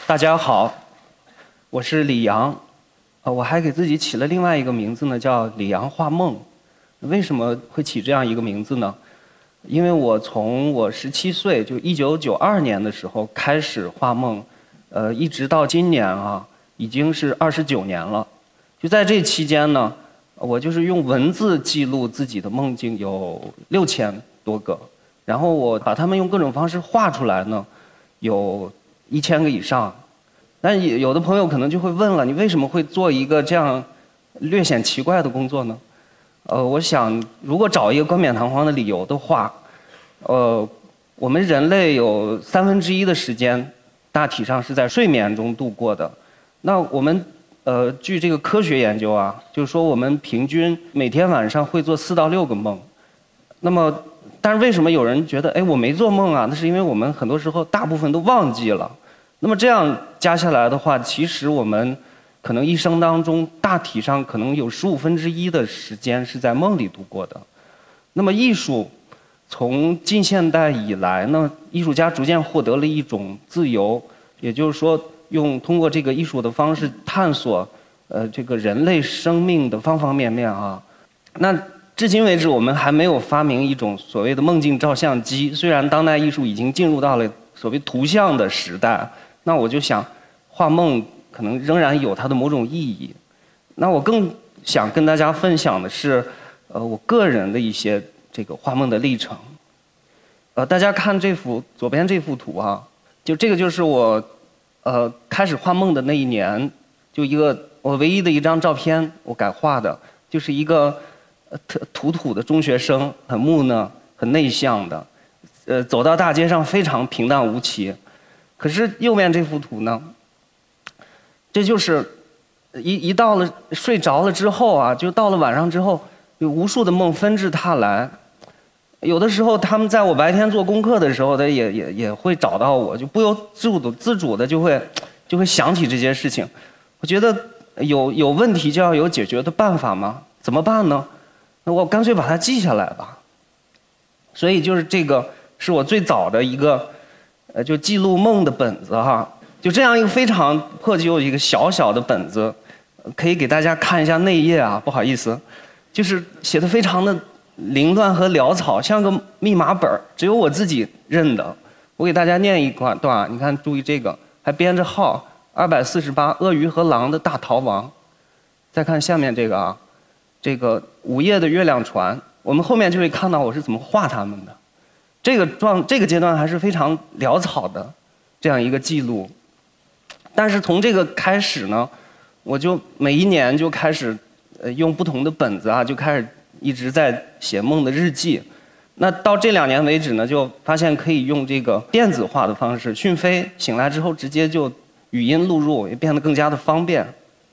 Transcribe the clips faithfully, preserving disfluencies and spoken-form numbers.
大家好，我是李阳，呃，我还给自己起了另外一个名字呢，叫李阳画梦。为什么会起这样一个名字呢？因为我从我十七岁，就一九九二年的时候开始画梦，呃，一直到今年啊，已经是二十九年了。就在这期间呢，我就是用文字记录自己的梦境有六千多个，然后我把它们用各种方式画出来呢，有一千个以上。但有的朋友可能就会问了，你为什么会做一个这样略显奇怪的工作呢？呃，我想如果找一个冠冕堂皇的理由的话，呃，我们人类有三分之一的时间大体上是在睡眠中度过的。那我们呃，据这个科学研究啊，就是说我们平均每天晚上会做四到六个梦。那么，但是为什么有人觉得，哎，我没做梦啊？那是因为我们很多时候大部分都忘记了。那么这样加下来的话，其实我们可能一生当中大体上可能有十五分之一的时间是在梦里度过的。那么艺术从近现代以来呢，艺术家逐渐获得了一种自由，也就是说，用通过这个艺术的方式探索，呃，这个人类生命的方方面面啊。那至今为止，我们还没有发明一种所谓的梦境照相机。虽然当代艺术已经进入到了所谓图像的时代，那我就想，画梦可能仍然有它的某种意义。那我更想跟大家分享的是，呃，我个人的一些这个画梦的历程。呃，大家看这幅左边这幅图啊，就这个就是我，呃，开始画梦的那一年，就一个我唯一的一张照片，我改画的，就是一个呃特土土的中学生，很木讷、很内向的，呃，走到大街上非常平淡无奇。可是右面这幅图呢，这就是一一到了睡着了之后啊，就到了晚上之后，有无数的梦纷至沓来。有的时候他们在我白天做功课的时候，他也也也会找到我，就不由自主的自主的就会就会想起这些事情。我觉得有有问题就要有解决的办法吗？怎么办呢？那我干脆把它记下来吧。所以就是这个是我最早的一个。呃，就记录梦的本子哈，就这样一个非常破旧一个小小的本子，可以给大家看一下内页啊，不好意思，就是写的非常的凌乱和潦草，像个密码本，只有我自己认的。我给大家念一段，你看，注意这个，还编着号，二百四十八，鳄鱼和狼的大逃亡。再看下面这个啊，这个午夜的月亮船，我们后面就会看到我是怎么画它们的。这个状这个阶段还是非常潦草的，这样一个记录。但是从这个开始呢，我就每一年就开始，呃，用不同的本子啊，就开始一直在写梦的日记。那到这两年为止呢，就发现可以用这个电子化的方式，讯飞醒来之后直接就语音录入，也变得更加的方便。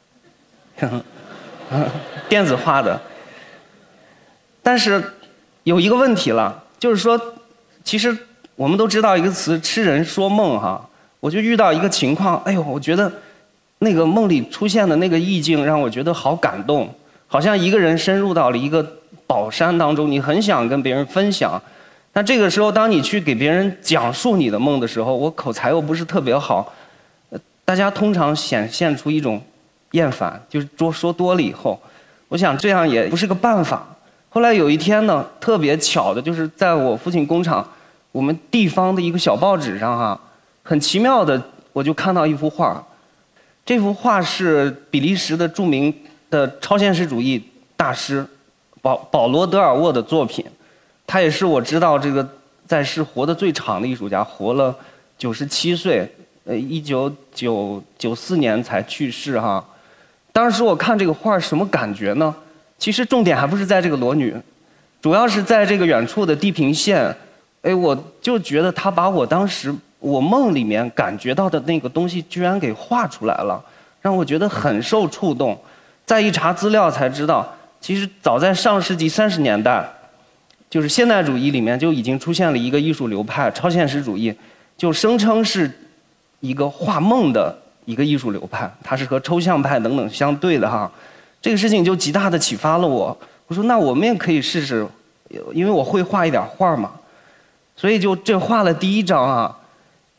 电子化的。但是有一个问题了，就是说。其实我们都知道一个词"痴人说梦"哈，我就遇到一个情况，哎呦，我觉得那个梦里出现的那个意境让我觉得好感动，好像一个人深入到了一个宝山当中，你很想跟别人分享，但这个时候当你去给别人讲述你的梦的时候，我口才又不是特别好，大家通常显现出一种厌烦，就是说说多了以后，我想这样也不是个办法。后来有一天呢，特别巧的就是在我父亲工厂，我们地方的一个小报纸上哈、啊，很奇妙的我就看到一幅画，这幅画是比利时的著名的超现实主义大师保保罗·德尔沃的作品，他也是我知道这个在世活得最长的艺术家，活了九十七岁，呃，一九九九四年才去世哈、啊。当时我看这个画什么感觉呢？其实重点还不是在这个裸女，主要是在这个远处的地平线。哎，我就觉得他把我当时我梦里面感觉到的那个东西，居然给画出来了，让我觉得很受触动。再一查资料才知道，其实早在上世纪三十年代，就是现代主义里面就已经出现了一个艺术流派——超现实主义，就声称是一个画梦的一个艺术流派，它是和抽象派等等相对的哈。这个事情就极大的启发了我。我说那我们也可以试试，因为我会画一点画嘛，所以就这画了第一张啊。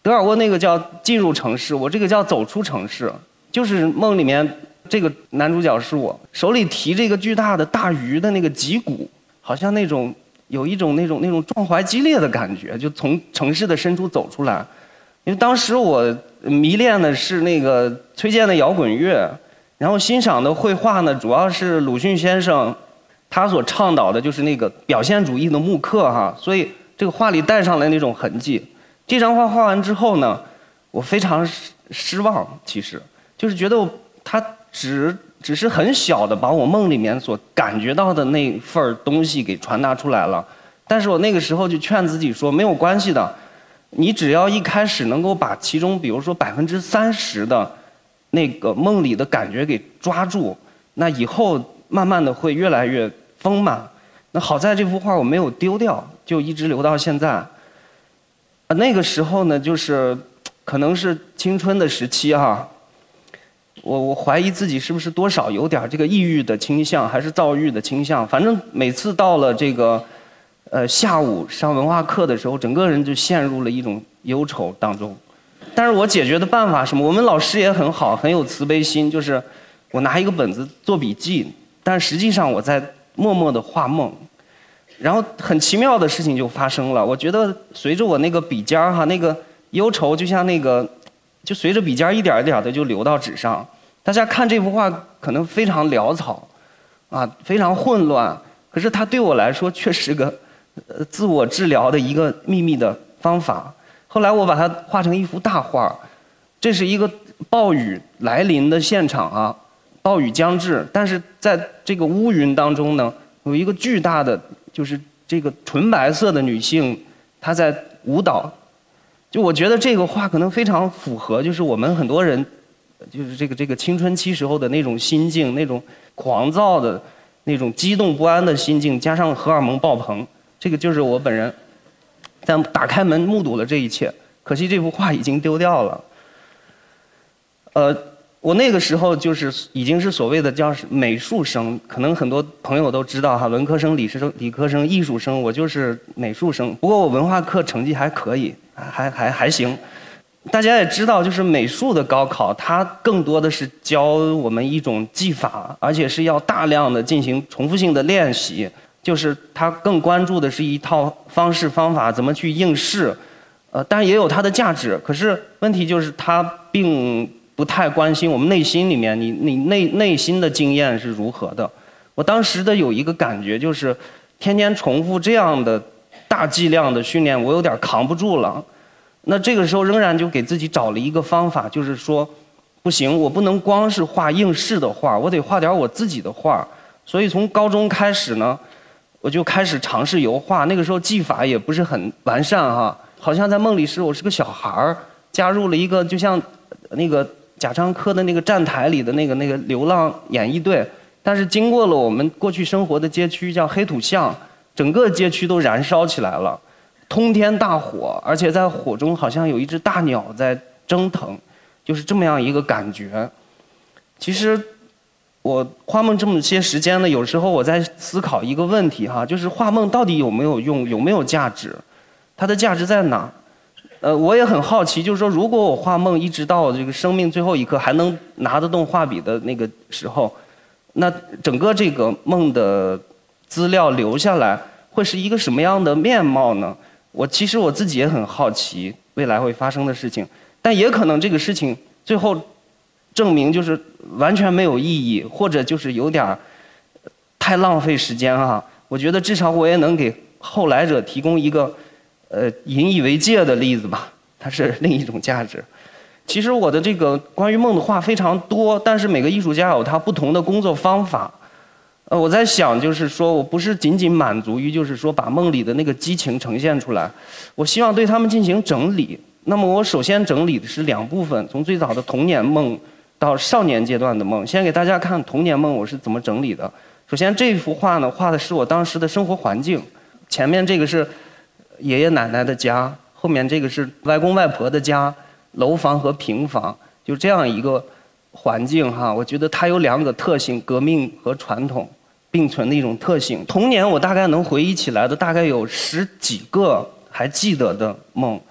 德尔沃那个叫进入城市，我这个叫走出城市。就是梦里面这个男主角是我，手里提这个巨大的大鱼的那个脊骨，好像那种有一种那种那种壮怀激烈的感觉，就从城市的深处走出来。因为当时我迷恋的是那个崔健的摇滚乐，然后欣赏的绘画呢，主要是鲁迅先生他所倡导的就是那个表现主义的木刻哈，所以这个画里带上来那种痕迹。这张画画完之后呢，我非常失望，其实就是觉得我他只只是很小的把我梦里面所感觉到的那份东西给传达出来了。但是我那个时候就劝自己说，没有关系的，你只要一开始能够把其中比如说百分之三十的那个梦里的感觉给抓住，那以后慢慢的会越来越丰满。那好在这幅画我没有丢掉，就一直留到现在。啊，那个时候呢，就是可能是青春的时期哈，我我怀疑自己是不是多少有点这个抑郁的倾向，还是躁郁的倾向。反正每次到了这个呃下午上文化课的时候，整个人就陷入了一种忧愁当中。但是我解决的办法是什么？我们老师也很好，很有慈悲心，就是我拿一个本子做笔记，但实际上我在默默地画梦。然后很奇妙的事情就发生了，我觉得随着我那个笔尖儿哈，那个忧愁就像那个，就随着笔尖儿一点一点的就流到纸上。大家看这幅画可能非常潦草，啊，非常混乱，可是它对我来说却是个呃自我治疗的一个秘密的方法。后来我把它画成一幅大画，这是一个暴雨来临的现场啊，暴雨将至，但是在这个乌云当中呢，有一个巨大的。就是这个纯白色的女性，她在舞蹈。就我觉得这个画可能非常符合，就是我们很多人，就是这个这个青春期时候的那种心境，那种狂躁的、那种激动不安的心境，加上荷尔蒙爆棚，这个就是我本人。但打开门目睹了这一切，可惜这幅画已经丢掉了。呃。我那个时候就是已经是所谓的叫美术生，可能很多朋友都知道哈，文科生、理生、理科生、艺术生，我就是美术生。不过我文化课成绩还可以，还还还行。大家也知道，就是美术的高考，它更多的是教我们一种技法，而且是要大量的进行重复性的练习。就是它更关注的是一套方式方法，怎么去应试。呃，当然也有它的价值，可是问题就是它并。不太关心我们内心里面，你你内内心的经验是如何的。我当时的有一个感觉就是，天天重复这样的大剂量的训练，我有点扛不住了。那这个时候仍然就给自己找了一个方法，就是说，不行，我不能光是画应试的画，我得画点我自己的画。所以从高中开始呢，我就开始尝试油画。那个时候技法也不是很完善哈，好像在梦里是我是个小孩儿，加入了一个就像那个。贾樟柯的那个站台里的那个那个流浪演艺队，但是经过了我们过去生活的街区叫黑土巷，整个街区都燃烧起来了，通天大火，而且在火中好像有一只大鸟在蒸腾，就是这么样一个感觉。其实我画梦这么些时间呢，有时候我在思考一个问题哈，就是画梦到底有没有用，有没有价值，它的价值在哪？呃，我也很好奇，就是说，如果我画梦一直到这个生命最后一刻还能拿得动画笔的那个时候，那整个这个梦的资料留下来会是一个什么样的面貌呢？我其实我自己也很好奇未来会发生的事情，但也可能这个事情最后证明就是完全没有意义，或者就是有点太浪费时间哈。我觉得至少我也能给后来者提供一个。呃，引以为戒的例子吧，它是另一种价值。其实我的这个关于梦的话非常多，但是每个艺术家有他不同的工作方法。呃，我在想，就是说我不是仅仅满足于就是说把梦里的那个激情呈现出来，我希望对他们进行整理。那么我首先整理的是两部分，从最早的童年梦到少年阶段的梦。先给大家看童年梦我是怎么整理的。首先这幅画呢，画的是我当时的生活环境，前面这个是。爷爷奶奶的家，后面这个是外公外婆的家，楼房和平房，就这样一个环境哈。我觉得它有两个特性，革命和传统并存的一种特性。童年我大概能回忆起来的大概有十几个还记得的梦，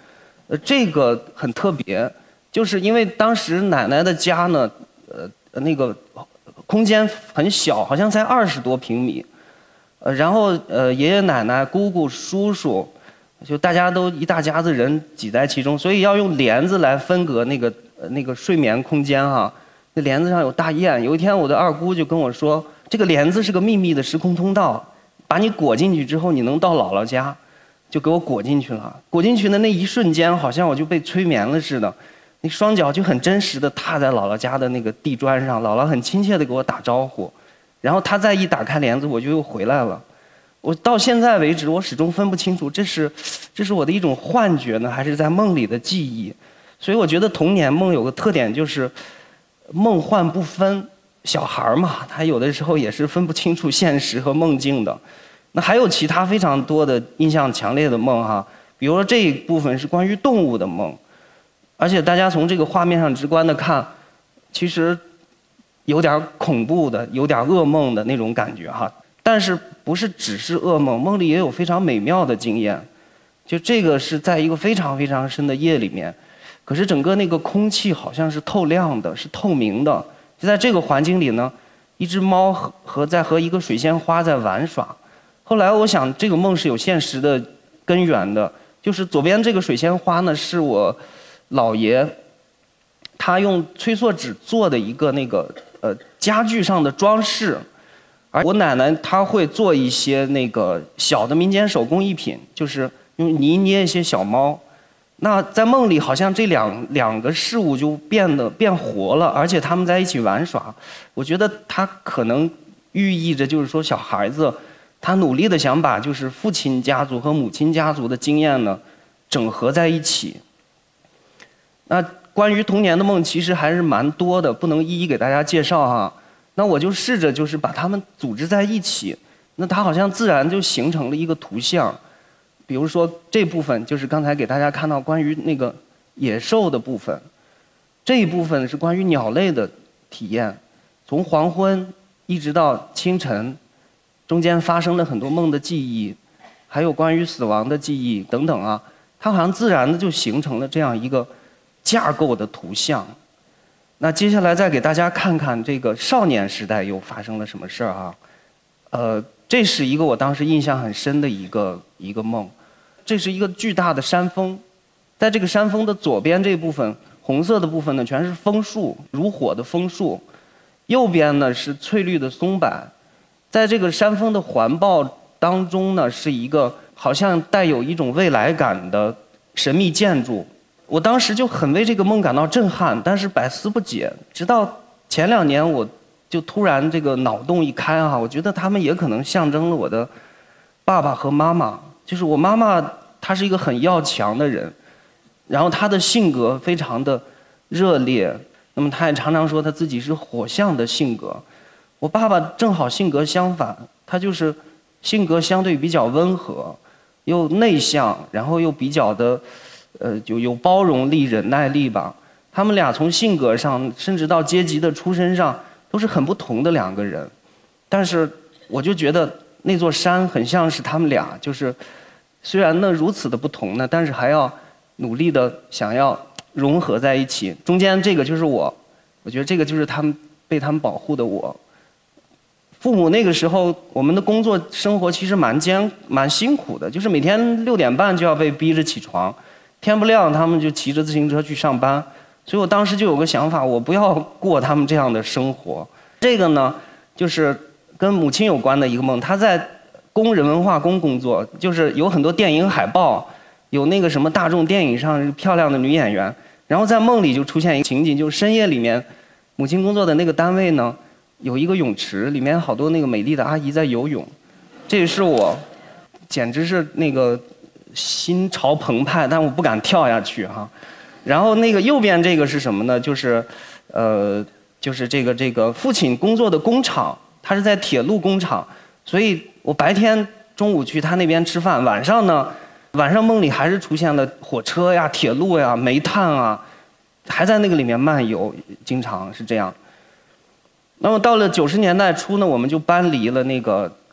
呃，这个很特别，就是因为当时奶奶的家呢，呃，那个空间很小，好像才二十多平米，呃，然后呃，爷爷奶奶、姑姑、叔叔，就大家都一大家子人挤在其中，所以要用帘子来分隔那个呃那个睡眠空间哈。那帘子上有大雁，有一天我的二姑就跟我说，这个帘子是个秘密的时空通道，把你裹进去之后，你能到姥姥家。就给我裹进去了，裹进去的那一瞬间，好像我就被催眠了似的，那双脚就很真实的踏在姥姥家的那个地砖上，姥姥很亲切的给我打招呼，然后她再一打开帘子，我就又回来了。我到现在为止，我始终分不清楚这是这是我的一种幻觉呢，还是在梦里的记忆。所以我觉得童年梦有个特点就是梦幻不分，小孩嘛，他有的时候也是分不清楚现实和梦境的。那还有其他非常多的印象强烈的梦哈，比如说这一部分是关于动物的梦，而且大家从这个画面上直观的看，其实有点恐怖的，有点噩梦的那种感觉哈。但是不是只是噩梦，梦里也有非常美妙的经验。就这个是在一个非常非常深的夜里面，可是整个那个空气好像是透亮的，是透明的。就在这个环境里呢，一只猫和和在和一个水仙花在玩耍。后来我想，这个梦是有现实的根源的，就是左边这个水仙花呢，是我姥爷他用催缩纸做的一个那个呃家具上的装饰，而我奶奶她会做一些那个小的民间手工艺品，就是用泥捏一些小猫。那在梦里，好像这两两个事物就变得变活了，而且他们在一起玩耍。我觉得它可能寓意着，就是说小孩子。他努力的想把就是父亲家族和母亲家族的经验呢整合在一起。那关于童年的梦其实还是蛮多的，不能一一给大家介绍哈。那我就试着就是把它们组织在一起，那它好像自然就形成了一个图像。比如说这部分就是刚才给大家看到关于那个野兽的部分，这一部分是关于鸟类的体验，从黄昏一直到清晨。中间发生了很多梦的记忆，还有关于死亡的记忆等等啊，它好像自然的就形成了这样一个架构的图像。那接下来再给大家看看这个少年时代又发生了什么事儿啊？呃，这是一个我当时印象很深的一个一个梦，这是一个巨大的山峰，在这个山峰的左边这部分，红色的部分呢全是枫树，如火的枫树，右边呢是翠绿的松柏。在这个山峰的环抱当中呢，是一个好像带有一种未来感的神秘建筑。我当时就很为这个梦感到震撼，但是百思不解。直到前两年，我就突然这个脑洞一开啊，我觉得他们也可能象征了我的爸爸和妈妈。就是我妈妈，她是一个很要强的人，然后她的性格非常的热烈，那么她也常常说她自己是火象的性格。我爸爸正好性格相反，他就是性格相对比较温和，又内向，然后又比较的，呃，就有包容力、忍耐力吧。他们俩从性格上，甚至到阶级的出身上，都是很不同的两个人。但是我就觉得那座山很像是他们俩，就是虽然呢如此的不同呢，但是还要努力的想要融合在一起。中间这个就是我，我觉得这个就是他们被他们保护的我。父母那个时候，我们的工作生活其实蛮艰蛮辛苦的，就是每天六点半就要被逼着起床，天不亮他们就骑着自行车去上班。所以我当时就有个想法，我不要过他们这样的生活。这个呢，就是跟母亲有关的一个梦。她在工人文化宫工作，就是有很多电影海报，有那个什么大众电影上漂亮的女演员。然后在梦里就出现一个情景，就是深夜里面，母亲工作的那个单位呢。有一个泳池，里面好多那个美丽的阿姨在游泳，这是我，简直是那个心潮澎湃，但我不敢跳下去哈。然后那个右边这个是什么呢？就是，呃，就是这个这个父亲工作的工厂，他是在铁路工厂，所以我白天中午去他那边吃饭，晚上呢，晚上梦里还是出现了火车呀、铁路呀、煤炭啊，还在那个里面漫游，经常是这样。那么到了九十年代初呢，我们就搬离了那个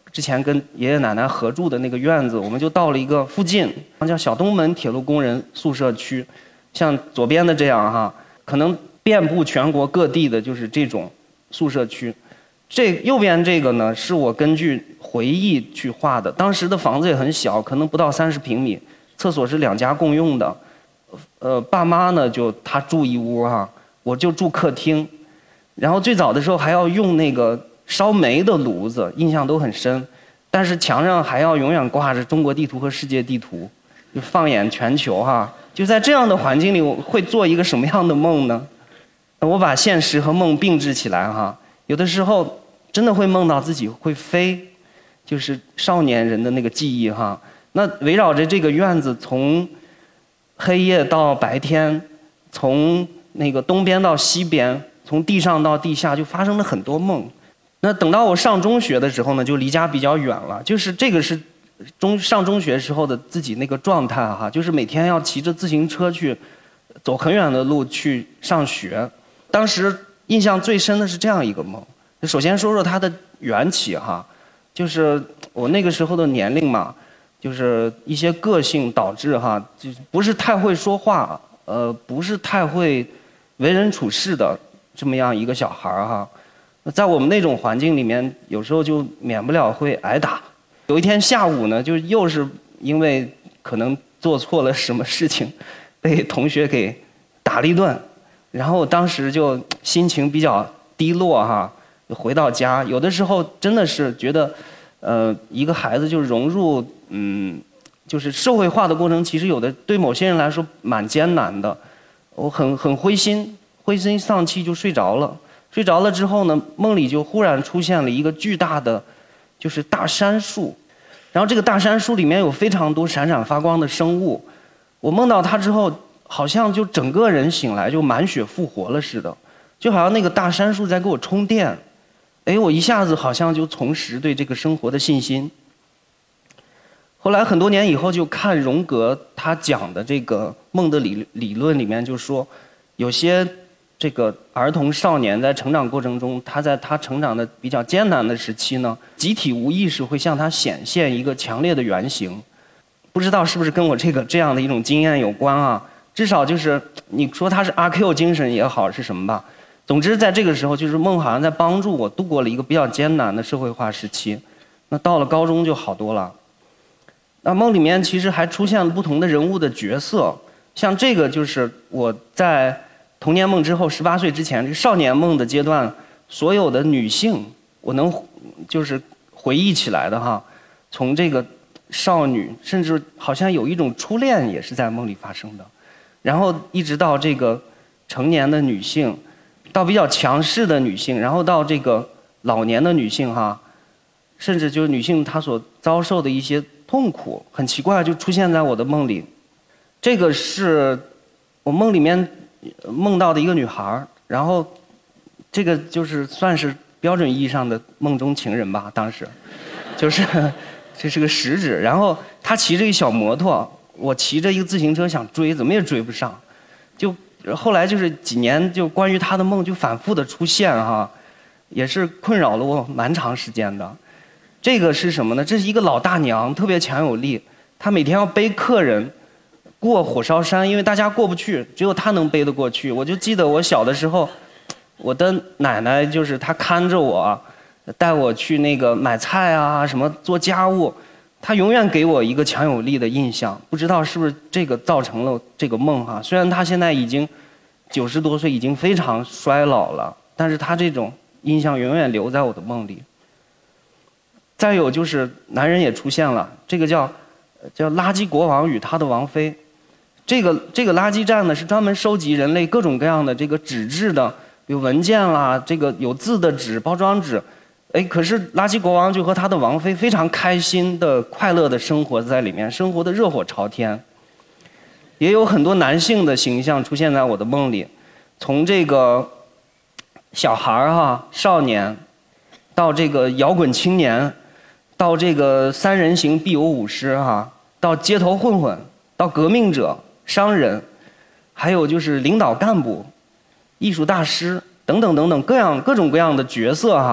之前跟爷爷奶奶合住的那个院子，我们就到了一个附近，叫小东门铁路工人宿舍区，像左边的这样哈，可能遍布全国各地的就是这种宿舍区。这右边这个呢，是我根据回忆去画的。当时的房子也很小，可能不到三十平米，厕所是两家共用的。呃，爸妈呢就他住一屋哈，我就住客厅。然后最早的时候还要用那个烧煤的炉子，印象都很深。但是墙上还要永远挂着中国地图和世界地图，就放眼全球哈。就在这样的环境里，我会做一个什么样的梦呢？我把现实和梦并置起来哈，有的时候真的会梦到自己会飞，就是少年人的那个记忆哈。那围绕着这个院子，从黑夜到白天，从那个东边到西边，从地上到地下，就发生了很多梦。那等到我上中学的时候呢，就离家比较远了。就是这个是中上中学时候的自己那个状态哈，就是每天要骑着自行车去走很远的路去上学。当时印象最深的是这样一个梦。首先说说它的缘起哈，就是我那个时候的年龄嘛，就是一些个性导致哈，就不是太会说话，呃，不是太会为人处事的这么样一个小孩哈。在我们那种环境里面，有时候就免不了会挨打。有一天下午呢，就又是因为可能做错了什么事情，被同学给打了一顿，然后当时就心情比较低落哈。回到家，有的时候真的是觉得，呃，一个孩子就融入，嗯，就是社会化的过程，其实有的对某些人来说蛮艰难的。我很很灰心，灰心丧气就睡着了。睡着了之后呢，梦里就忽然出现了一个巨大的，就是大杉树，然后这个大杉树里面有非常多闪闪发光的生物。我梦到它之后，好像就整个人醒来就满血复活了似的，就好像那个大杉树在给我充电。哎，我一下子好像就重拾对这个生活的信心。后来很多年以后，就看荣格他讲的这个梦的理理论里面，就说有些这个儿童少年在成长过程中，他在他成长的比较艰难的时期呢，集体无意识会向他显现一个强烈的原型。不知道是不是跟我这个这样的一种经验有关啊？至少就是你说他是阿 Q 精神也好，是什么吧？总之，在这个时候，就是梦好像在帮助我度过了一个比较艰难的社会化时期。那到了高中就好多了。那梦里面其实还出现了不同的人物的角色，像这个就是我在童年梦之后，十八岁之前这个少年梦的阶段，所有的女性，我能就是回忆起来的哈。从这个少女，甚至好像有一种初恋也是在梦里发生的，然后一直到这个成年的女性。到比较强势的女性，然后到这个老年的女性哈，甚至就是女性她所遭受的一些痛苦，很奇怪就出现在我的梦里。这个是我梦里面梦到的一个女孩，然后这个就是算是标准意义上的梦中情人吧，当时就是这是个食指，然后她骑着一小摩托，我骑着一个自行车想追，怎么也追不上，就。后来就是几年，就关于他的梦就反复的出现哈，也是困扰了我蛮长时间的。这个是什么呢？这是一个老大娘，特别强有力，她每天要背客人过火烧山，因为大家过不去，只有她能背得过去。我就记得我小的时候，我的奶奶就是她看着我，带我去那个买菜啊，什么做家务。他永远给我一个强有力的印象，不知道是不是这个造成了这个梦哈。虽然他现在已经九十多岁，已经非常衰老了，但是他这种印象永远留在我的梦里。再有就是男人也出现了，这个叫叫垃圾国王与他的王妃。这个这个垃圾站呢是专门收集人类各种各样的这个纸质的，比如文件啦，这个有字的纸、包装纸。哎，可是垃圾国王就和他的王妃非常开心的、快乐的生活在里面，生活的热火朝天。也有很多男性的形象出现在我的梦里，从这个小孩儿哈、少年，到这个摇滚青年，到这个三人行必有舞狮哈，到街头混混，到革命者、商人，还有就是领导干部、艺术大师等等等等各样各种各样的角色哈。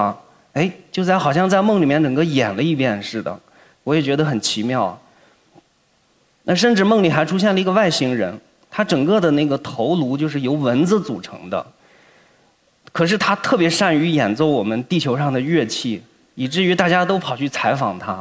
哎，就在好像在梦里面整个演了一遍似的，我也觉得很奇妙。那甚至梦里还出现了一个外星人，他整个的那个头颅就是由蚊子组成的，可是他特别善于演奏我们地球上的乐器，以至于大家都跑去采访他。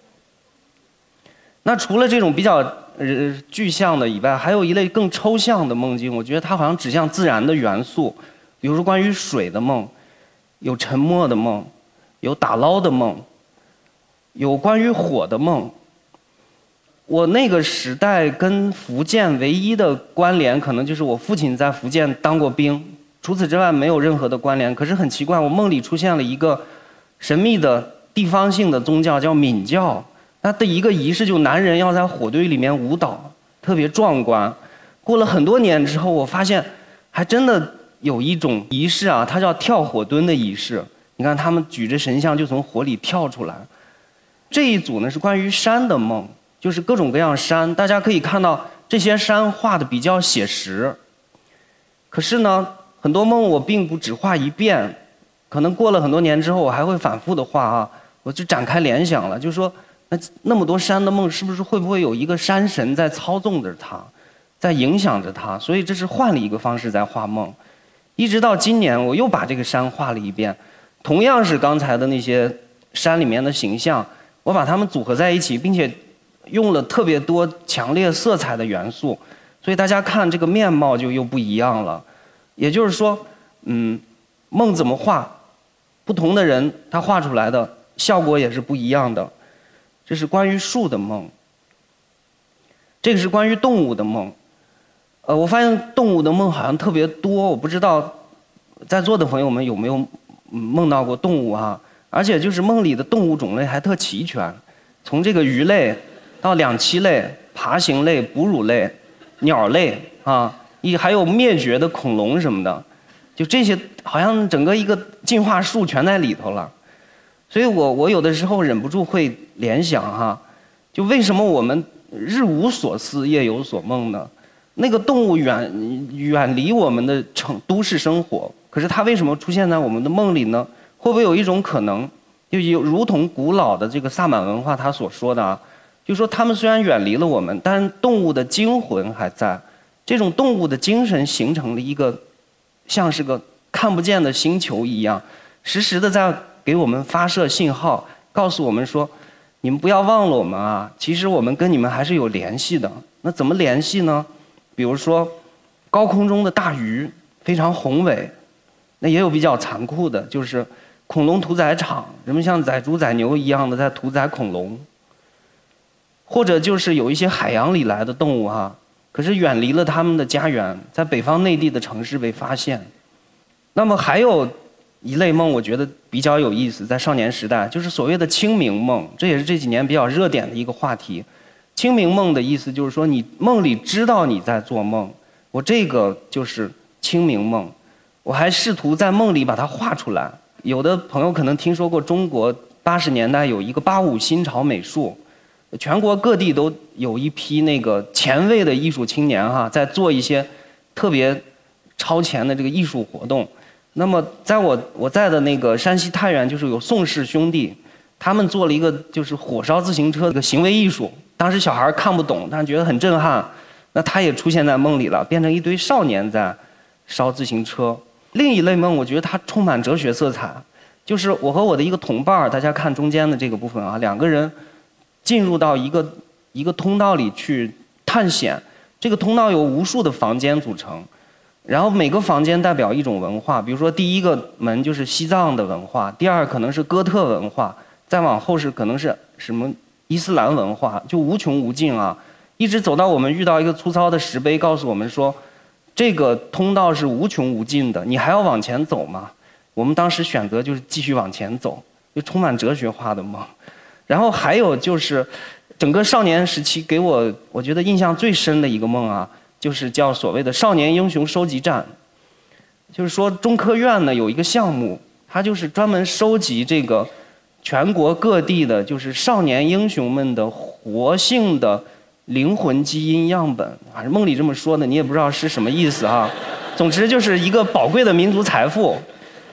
那除了这种比较呃具象的以外，还有一类更抽象的梦境，我觉得它好像指向自然的元素，比如说关于水的梦，有沉默的梦，有打捞的梦，有关于火的梦。我那个时代跟福建唯一的关联，可能就是我父亲在福建当过兵，除此之外没有任何的关联。可是很奇怪，我梦里出现了一个神秘的地方性的宗教，叫闽教。它的一个仪式，就男人要在火堆里面舞蹈，特别壮观。过了很多年之后，我发现还真的有一种仪式啊，它叫跳火墩的仪式。你看他们举着神像就从火里跳出来。这一组呢是关于山的梦，就是各种各样山，大家可以看到这些山画的比较写实。可是呢，很多梦我并不只画一遍，可能过了很多年之后，我还会反复的画啊，我就展开联想了，就是说。那那么多山的梦，是不是会不会有一个山神在操纵着它，在影响着它？所以这是换了一个方式在画梦。一直到今年，我又把这个山画了一遍，同样是刚才的那些山里面的形象，我把它们组合在一起，并且用了特别多强烈色彩的元素，所以大家看这个面貌就又不一样了。也就是说，嗯，梦怎么画，不同的人他画出来的效果也是不一样的。这是关于树的梦，这个是关于动物的梦。呃，我发现动物的梦好像特别多，我不知道在座的朋友们有没有梦到过动物啊？而且就是梦里的动物种类还特齐全，从这个鱼类到两栖类、爬行类、哺乳类、鸟类啊，一还有灭绝的恐龙什么的，就这些好像整个一个进化树全在里头了。所以我我有的时候忍不住会联想哈，就为什么我们日无所思夜有所梦呢？那个动物远远离我们的城都市生活，可是它为什么出现在我们的梦里呢？会不会有一种可能，就有如同古老的这个萨满文化他所说的啊，就说他们虽然远离了我们，但是动物的精魂还在，这种动物的精神形成了一个像是个看不见的星球一样，时时的在给我们发射信号，告诉我们说，你们不要忘了我们啊，其实我们跟你们还是有联系的。那怎么联系呢？比如说，高空中的大鱼非常宏伟，那也有比较残酷的，就是恐龙屠宰场，人们像宰猪宰牛一样的在屠宰恐龙。或者就是有一些海洋里来的动物哈、啊，可是远离了他们的家园，在北方内地的城市被发现。那么还有一类梦，我觉得比较有意思，在少年时代，就是所谓的清明梦，这也是这几年比较热点的一个话题。清明梦的意思就是说，你梦里知道你在做梦，我这个就是清明梦。我还试图在梦里把它画出来。有的朋友可能听说过中国八十年代有一个八五新潮美术，全国各地都有一批那个前卫的艺术青年哈，在做一些特别超前的这个艺术活动。那么在我我在的那个山西太原，就是有宋氏兄弟，他们做了一个就是火烧自行车的一个行为艺术。当时小孩看不懂，但是觉得很震撼。那他也出现在梦里了，变成一堆少年在烧自行车。另一类梦，我觉得它充满哲学色彩，就是我和我的一个同伴，大家看中间的这个部分啊，两个人进入到一个一个通道里去探险。这个通道由无数的房间组成。然后每个房间代表一种文化，比如说第一个门就是西藏的文化，第二可能是哥特文化，再往后是可能是什么伊斯兰文化，就无穷无尽啊，一直走到我们遇到一个粗糙的石碑，告诉我们说，这个通道是无穷无尽的，你还要往前走吗？我们当时选择就是继续往前走，就充满哲学化的梦。然后还有就是整个少年时期给我我觉得印象最深的一个梦啊，就是叫所谓的少年英雄收集站。就是说中科院呢有一个项目，它就是专门收集这个全国各地的就是少年英雄们的活性的灵魂基因样本。反正梦里这么说的，你也不知道是什么意思啊。总之就是一个宝贵的民族财富。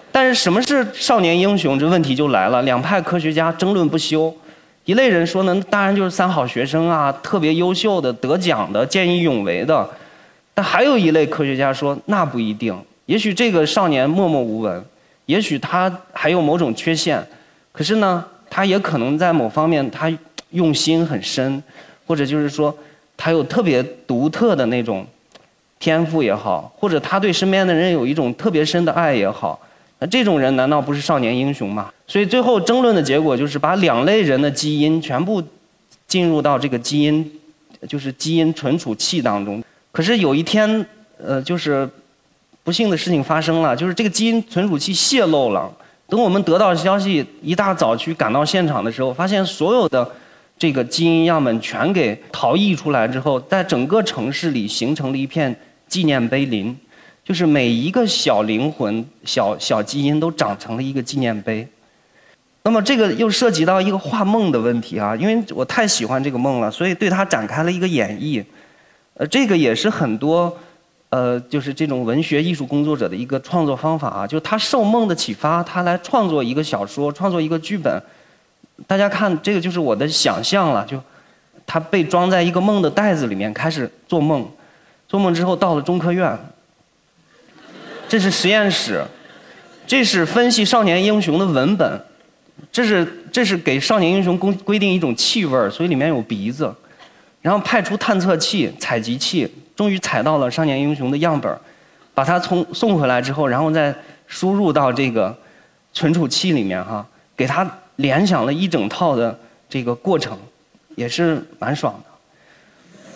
但是什么是少年英雄？这问题就来了，两派科学家争论不休。一类人说呢，当然就是三好学生啊，特别优秀的、得奖的、见义勇为的。但还有一类科学家说，那不一定。也许这个少年默默无闻，也许他还有某种缺陷，可是呢，他也可能在某方面他用心很深，或者就是说他有特别独特的那种天赋也好，或者他对身边的人有一种特别深的爱也好。那这种人难道不是少年英雄吗？所以最后争论的结果就是把两类人的基因全部进入到这个基因，就是基因存储器当中。可是有一天，呃，就是不幸的事情发生了，就是这个基因存储器泄露了。等我们得到消息，一大早去赶到现场的时候，发现所有的这个基因样本全给逃逸出来之后，在整个城市里形成了一片纪念碑林。就是每一个小灵魂、小小基因都长成了一个纪念碑。那么这个又涉及到一个画梦的问题啊，因为我太喜欢这个梦了，所以对它展开了一个演绎。呃，这个也是很多，呃，就是这种文学艺术工作者的一个创作方法啊，就是他受梦的启发，他来创作一个小说，创作一个剧本。大家看，这个就是我的想象了，就他被装在一个梦的袋子里面，开始做梦，做梦之后到了中科院。这是实验室，这是分析少年英雄的文本，这是这是给少年英雄规规定一种气味，所以里面有鼻子，然后派出探测器、采集器，终于采到了少年英雄的样本，把它从送回来之后，然后再输入到这个存储器里面哈，给他联想了一整套的这个过程，也是蛮爽的。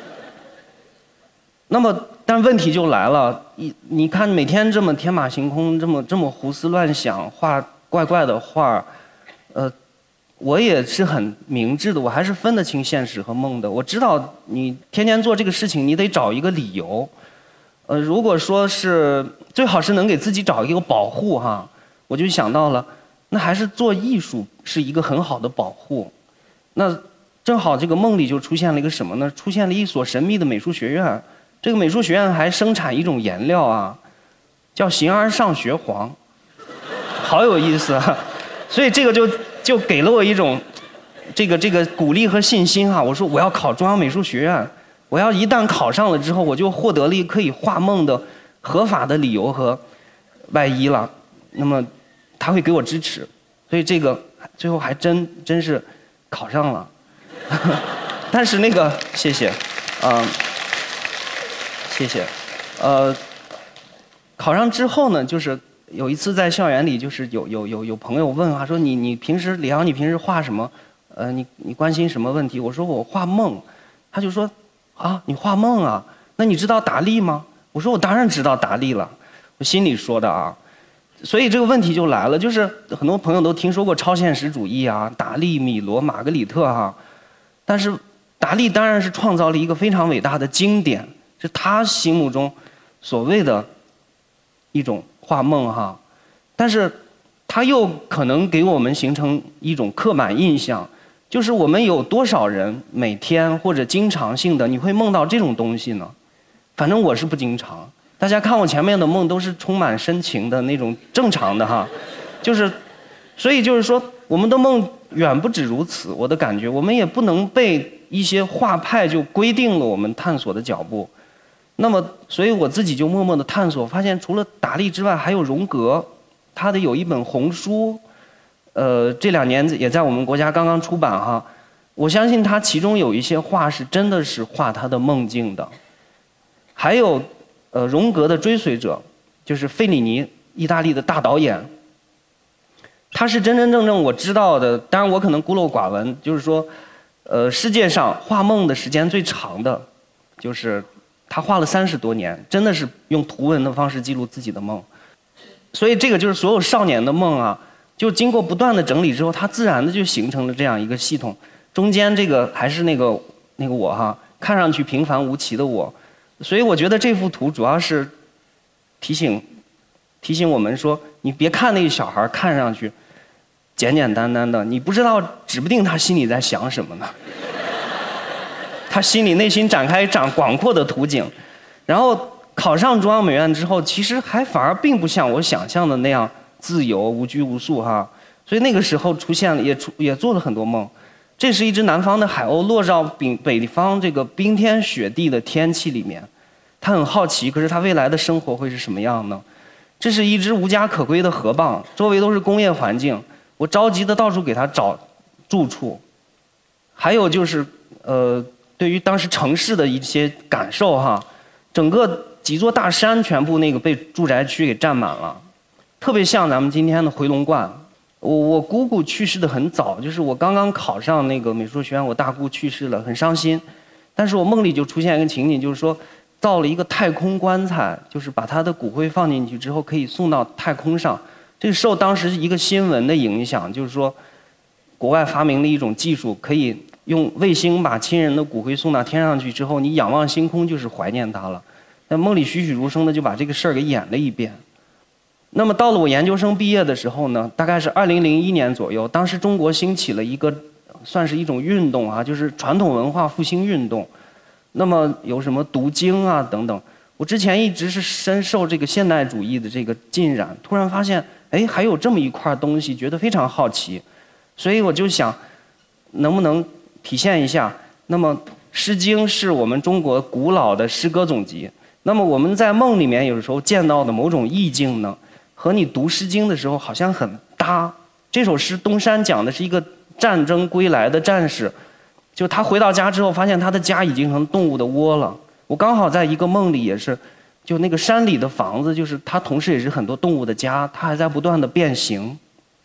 那么。但问题就来了，你你看每天这么天马行空，这么这么胡思乱想，画怪怪的画，呃，我也是很明智的，我还是分得清现实和梦的。我知道你天天做这个事情，你得找一个理由。呃，如果说是最好是能给自己找一个保护哈，我就想到了，那还是做艺术是一个很好的保护。那正好这个梦里就出现了一个什么呢？出现了一所神秘的美术学院。这个美术学院还生产一种颜料啊，叫形而上学黄，好有意思啊！所以这个就就给了我一种这个这个鼓励和信心啊！我说我要考中央美术学院，我要一旦考上了之后，我就获得了一可以画梦的合法的理由和外衣了。那么他会给我支持，所以这个最后还真真是考上了。但是那个谢谢，嗯、呃。谢谢，呃，考上之后呢，就是有一次在校园里，就是有有有有朋友问啊，说你你平时李阳你平时画什么？呃，你你关心什么问题？我说我画梦，他就说啊，你画梦啊？那你知道达利吗？我说我当然知道达利了，我心里说的啊。所以这个问题就来了，就是很多朋友都听说过超现实主义啊，达利、米罗、玛格里特哈、啊，但是达利当然是创造了一个非常伟大的经典。是他心目中所谓的一种画梦哈，但是他又可能给我们形成一种刻板印象，就是我们有多少人每天或者经常性的你会梦到这种东西呢？反正我是不经常。大家看我前面的梦都是充满深情的那种正常的哈，就是，所以就是说我们的梦远不止如此。我的感觉，我们也不能被一些画派就规定了我们探索的脚步。那么，所以我自己就默默地探索，发现除了达利之外，还有荣格，他的有一本红书，呃，这两年也在我们国家刚刚出版哈。我相信他其中有一些画是真的是画他的梦境的。还有，呃，荣格的追随者，就是费里尼，意大利的大导演，他是真真正正我知道的，当然我可能孤陋寡闻，就是说，呃，世界上画梦的时间最长的，就是。他画了三十多年，真的是用图文的方式记录自己的梦，所以这个就是所有少年的梦啊，就经过不断的整理之后，它自然的就形成了这样一个系统。中间这个还是那个那个我哈，看上去平凡无奇的我，所以我觉得这幅图主要是提醒提醒我们说，你别看那个小孩看上去简简单单的，你不知道，指不定他心里在想什么呢。他心里内心展开展广阔的图景，然后考上中央美院之后，其实还反而并不像我想象的那样自由、无拘无束哈。所以那个时候出现了，也出也做了很多梦。这是一只南方的海鸥落到北北方这个冰天雪地的天气里面，它很好奇，可是它未来的生活会是什么样呢？这是一只无家可归的河蚌，周围都是工业环境，我着急的到处给它找住处。还有就是，呃，对于当时城市的一些感受哈，整个几座大山全部那个被住宅区给占满了，特别像咱们今天的回龙观。我我姑姑去世的很早，就是我刚刚考上那个美术学院，我大姑去世了，很伤心。但是我梦里就出现一个情景，就是说造了一个太空棺材，就是把她的骨灰放进去之后可以送到太空上。这个受当时一个新闻的影响，就是说国外发明了一种技术，可以用卫星把亲人的骨灰送到天上去之后，你仰望星空就是怀念他了。在梦里栩栩如生的就把这个事儿给演了一遍。那么到了我研究生毕业的时候呢，大概是二零零一年左右，当时中国兴起了一个算是一种运动啊，就是传统文化复兴运动。那么有什么读经啊等等，我之前一直是深受这个现代主义的这个浸染，突然发现哎还有这么一块东西，觉得非常好奇，所以我就想能不能体现一下。那么《诗经》是我们中国古老的诗歌总集，那么我们在梦里面有时候见到的某种意境呢，和你读《诗经》的时候好像很搭。这首诗东山讲的是一个战争归来的战士，就他回到家之后，发现他的家已经成动物的窝了。我刚好在一个梦里也是，就那个山里的房子，就是它同时也是很多动物的家，它还在不断的变形。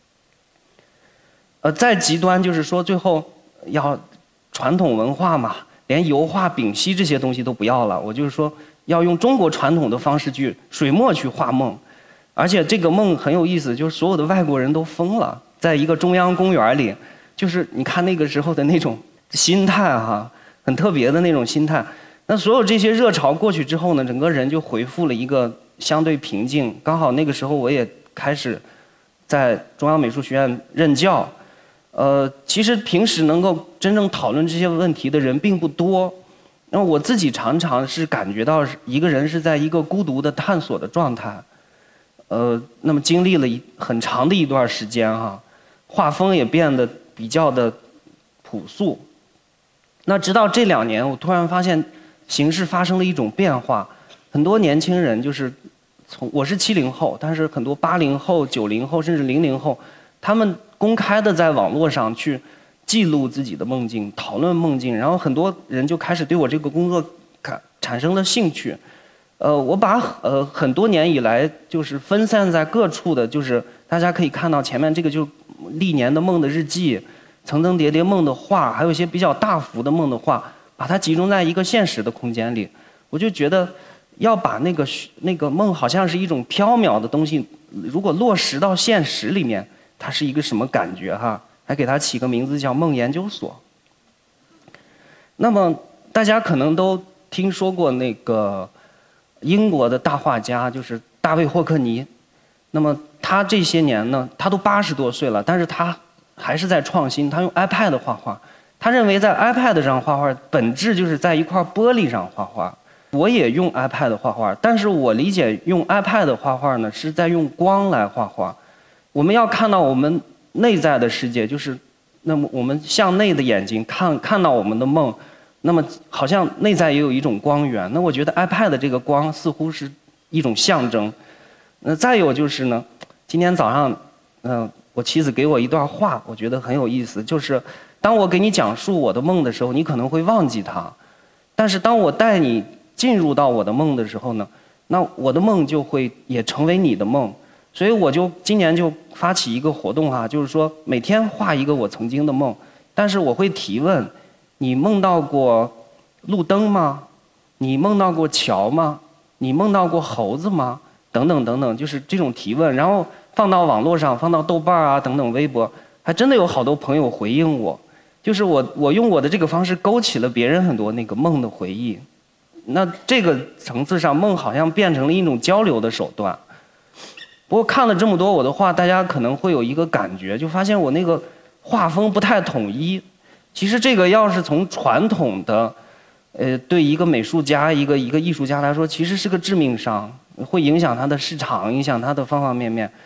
呃，再极端就是说，最后要传统文化嘛，连油画、丙烯这些东西都不要了，我就是说要用中国传统的方式去水墨去画梦。而且这个梦很有意思，就是所有的外国人都疯了，在一个中央公园里，就是你看那个时候的那种心态哈，很特别的那种心态。那所有这些热潮过去之后呢，整个人就恢复了一个相对平静。刚好那个时候我也开始在中央美术学院任教，呃，其实平时能够真正讨论这些问题的人并不多。那我自己常常是感觉到一个人是在一个孤独的探索的状态。呃，那么经历了一很长的一段时间哈，画风也变得比较的朴素。那直到这两年，我突然发现形势发生了一种变化，很多年轻人就是从我是七零后，但是很多八零后、九零后甚至零零后，他们公开的在网络上去记录自己的梦境，讨论梦境，然后很多人就开始对我这个工作感产生了兴趣。呃，我把呃很多年以来就是分散在各处的，就是大家可以看到前面这个就是历年的梦的日记，层层叠叠梦的画，还有一些比较大幅的梦的画，把它集中在一个现实的空间里。我就觉得要把那个那个梦好像是一种缥缈的东西，如果落实到现实里面，它是一个什么感觉哈？还给它起个名字叫梦研究所。那么大家可能都听说过那个英国的大画家，就是大卫霍克尼。那么他这些年呢，他都八十多岁了，但是他还是在创新。他用 iPad 画画，他认为在 iPad 上画画，本质就是在一块玻璃上画画。我也用 iPad 画画，但是我理解用 iPad 画画呢，是在用光来画画。我们要看到我们内在的世界，就是那么我们向内的眼睛看看到我们的梦。那么好像内在也有一种光源，那我觉得 iPad 这个光似乎是一种象征。那再有就是呢，今天早上，嗯、呃，我妻子给我一段话，我觉得很有意思，就是当我给你讲述我的梦的时候，你可能会忘记它，但是当我带你进入到我的梦的时候呢，那我的梦就会也成为你的梦。所以我就今年就发起一个活动哈、啊，就是说每天画一个我曾经的梦，但是我会提问。你梦到过路灯吗？你梦到过桥吗？你梦到过猴子吗？等等等等，就是这种提问，然后放到网络上，放到豆瓣啊等等微博，还真的有好多朋友回应我，就是我我用我的这个方式勾起了别人很多那个梦的回忆。那这个层次上，梦好像变成了一种交流的手段。不过看了这么多我的画，大家可能会有一个感觉，就发现我那个画风不太统一。其实这个要是从传统的，呃，对一个美术家、一个一个艺术家来说，其实是个致命伤，会影响他的市场，影响他的方方面面。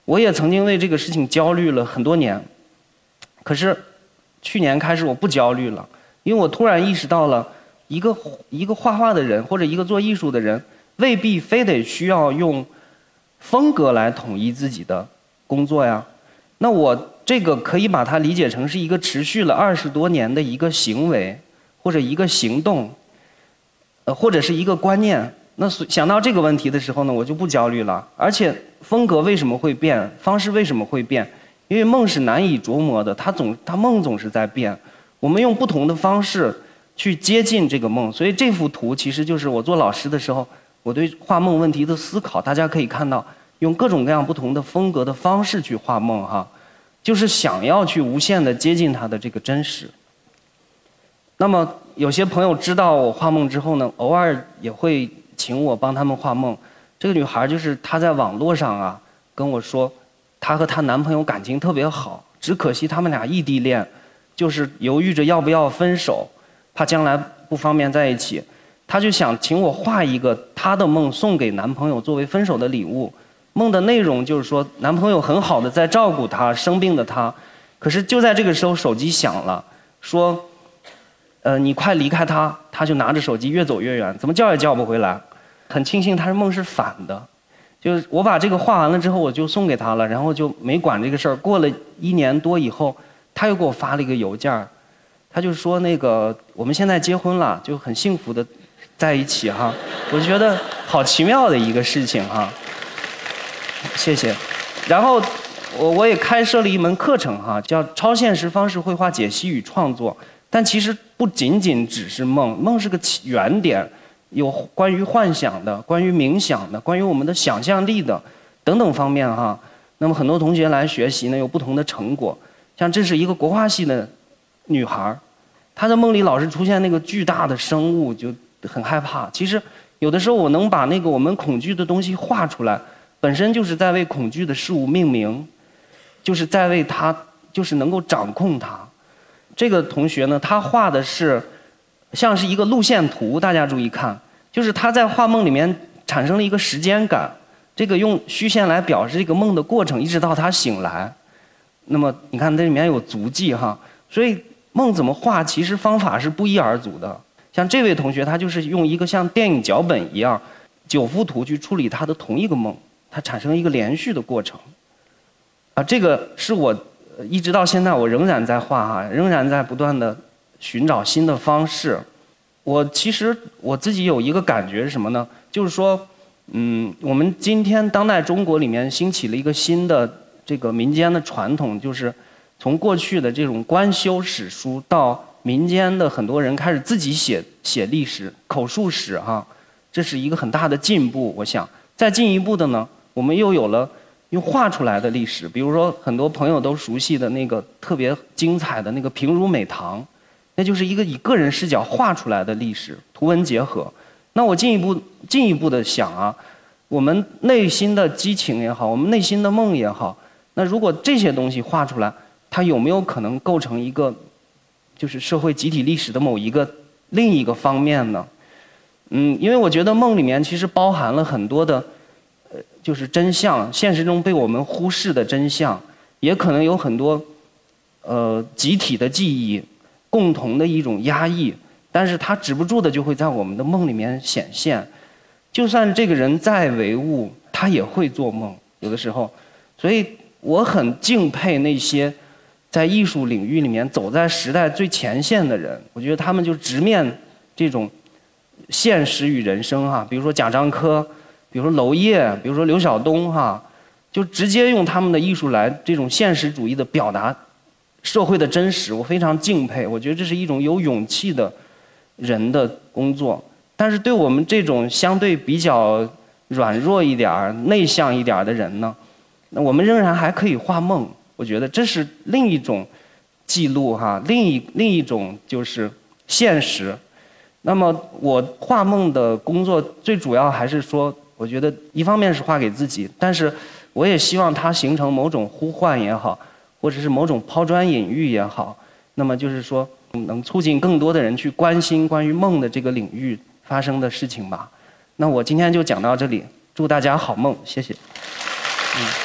我也曾经为这个事情焦虑了很多年，可是去年开始我不焦虑了，因为我突然意识到了，一个一个画画的人或者一个做艺术的人，未必非得需要用风格来统一自己的工作呀。那我这个可以把它理解成是一个持续了二十多年的一个行为，或者一个行动，呃，或者是一个观念。那想到这个问题的时候呢，我就不焦虑了。而且风格为什么会变，方式为什么会变？因为梦是难以琢磨的，它总它梦总是在变。我们用不同的方式去接近这个梦，所以这幅图其实就是我做老师的时候，我对画梦问题的思考。大家可以看到，用各种各样不同的风格的方式去画梦哈，就是想要去无限的接近它的这个真实。那么有些朋友知道我画梦之后呢，偶尔也会请我帮他们画梦。这个女孩就是她在网络上啊跟我说，她和她男朋友感情特别好，只可惜他们俩异地恋，就是犹豫着要不要分手，怕将来不方便在一起。她就想请我画一个她的梦送给男朋友作为分手的礼物。梦的内容就是说，男朋友很好的在照顾她，生病的她，可是就在这个时候手机响了，说呃，你快离开他，他就拿着手机越走越远，怎么叫也叫不回来。很庆幸他的梦是反的，就是我把这个画完了之后，我就送给他了，然后就没管这个事儿。过了一年多以后，他又给我发了一个邮件，他就说那个我们现在结婚了，就很幸福的在一起哈。我就觉得好奇妙的一个事情哈。谢谢。然后我我也开设了一门课程哈，叫超现实方式绘画解析与创作。但其实不仅仅只是梦，梦是个起源点，有关于幻想的，关于冥想的，关于我们的想象力的等等方面哈。那么很多同学来学习呢，有不同的成果。像这是一个国画系的女孩，她在梦里老是出现那个巨大的生物，就很害怕。其实有的时候我能把那个我们恐惧的东西画出来，本身就是在为恐惧的事物命名，就是在为它，就是能够掌控它。这个同学呢，他画的是像是一个路线图，大家注意看，就是他在画梦里面产生了一个时间感，这个用虚线来表示这个梦的过程，一直到他醒来。那么你看这里面有足迹哈，所以梦怎么画，其实方法是不一而足的。像这位同学，他就是用一个像电影脚本一样九幅图去处理他的同一个梦，它产生一个连续的过程。啊，这个是我一直到现在我仍然在画哈，仍然在不断的寻找新的方式。我其实我自己有一个感觉是什么呢？就是说，嗯，我们今天当代中国里面兴起了一个新的这个民间的传统，就是从过去的这种官修史书到民间的很多人开始自己写写历史、口述史哈，这是一个很大的进步。我想再进一步的呢，我们又有了用画出来的历史，比如说很多朋友都熟悉的那个特别精彩的那个平如美堂，那就是一个以个人视角画出来的历史，图文结合。那我进一步进一步的想啊，我们内心的激情也好，我们内心的梦也好，那如果这些东西画出来，它有没有可能构成一个就是社会集体历史的某一个另一个方面呢？嗯，因为我觉得梦里面其实包含了很多的呃，就是真相，现实中被我们忽视的真相，也可能有很多呃集体的记忆，共同的一种压抑，但是它止不住的就会在我们的梦里面显现。就算这个人再唯物，他也会做梦，有的时候。所以我很敬佩那些在艺术领域里面走在时代最前线的人，我觉得他们就直面这种现实与人生哈，比如说贾樟柯，比如说娄烨，比如说刘晓东哈，就直接用他们的艺术来这种现实主义的表达社会的真实，我非常敬佩。我觉得这是一种有勇气的人的工作。但是对我们这种相对比较软弱一点、内向一点的人呢，那我们仍然还可以画梦。我觉得这是另一种记录哈，另一另一种就是现实。那么我画梦的工作最主要还是说，我觉得一方面是画给自己，但是我也希望它形成某种呼唤也好，或者是某种抛砖引玉也好，那么就是说能促进更多的人去关心关于梦的这个领域发生的事情吧。那我今天就讲到这里，祝大家好梦，谢谢。嗯。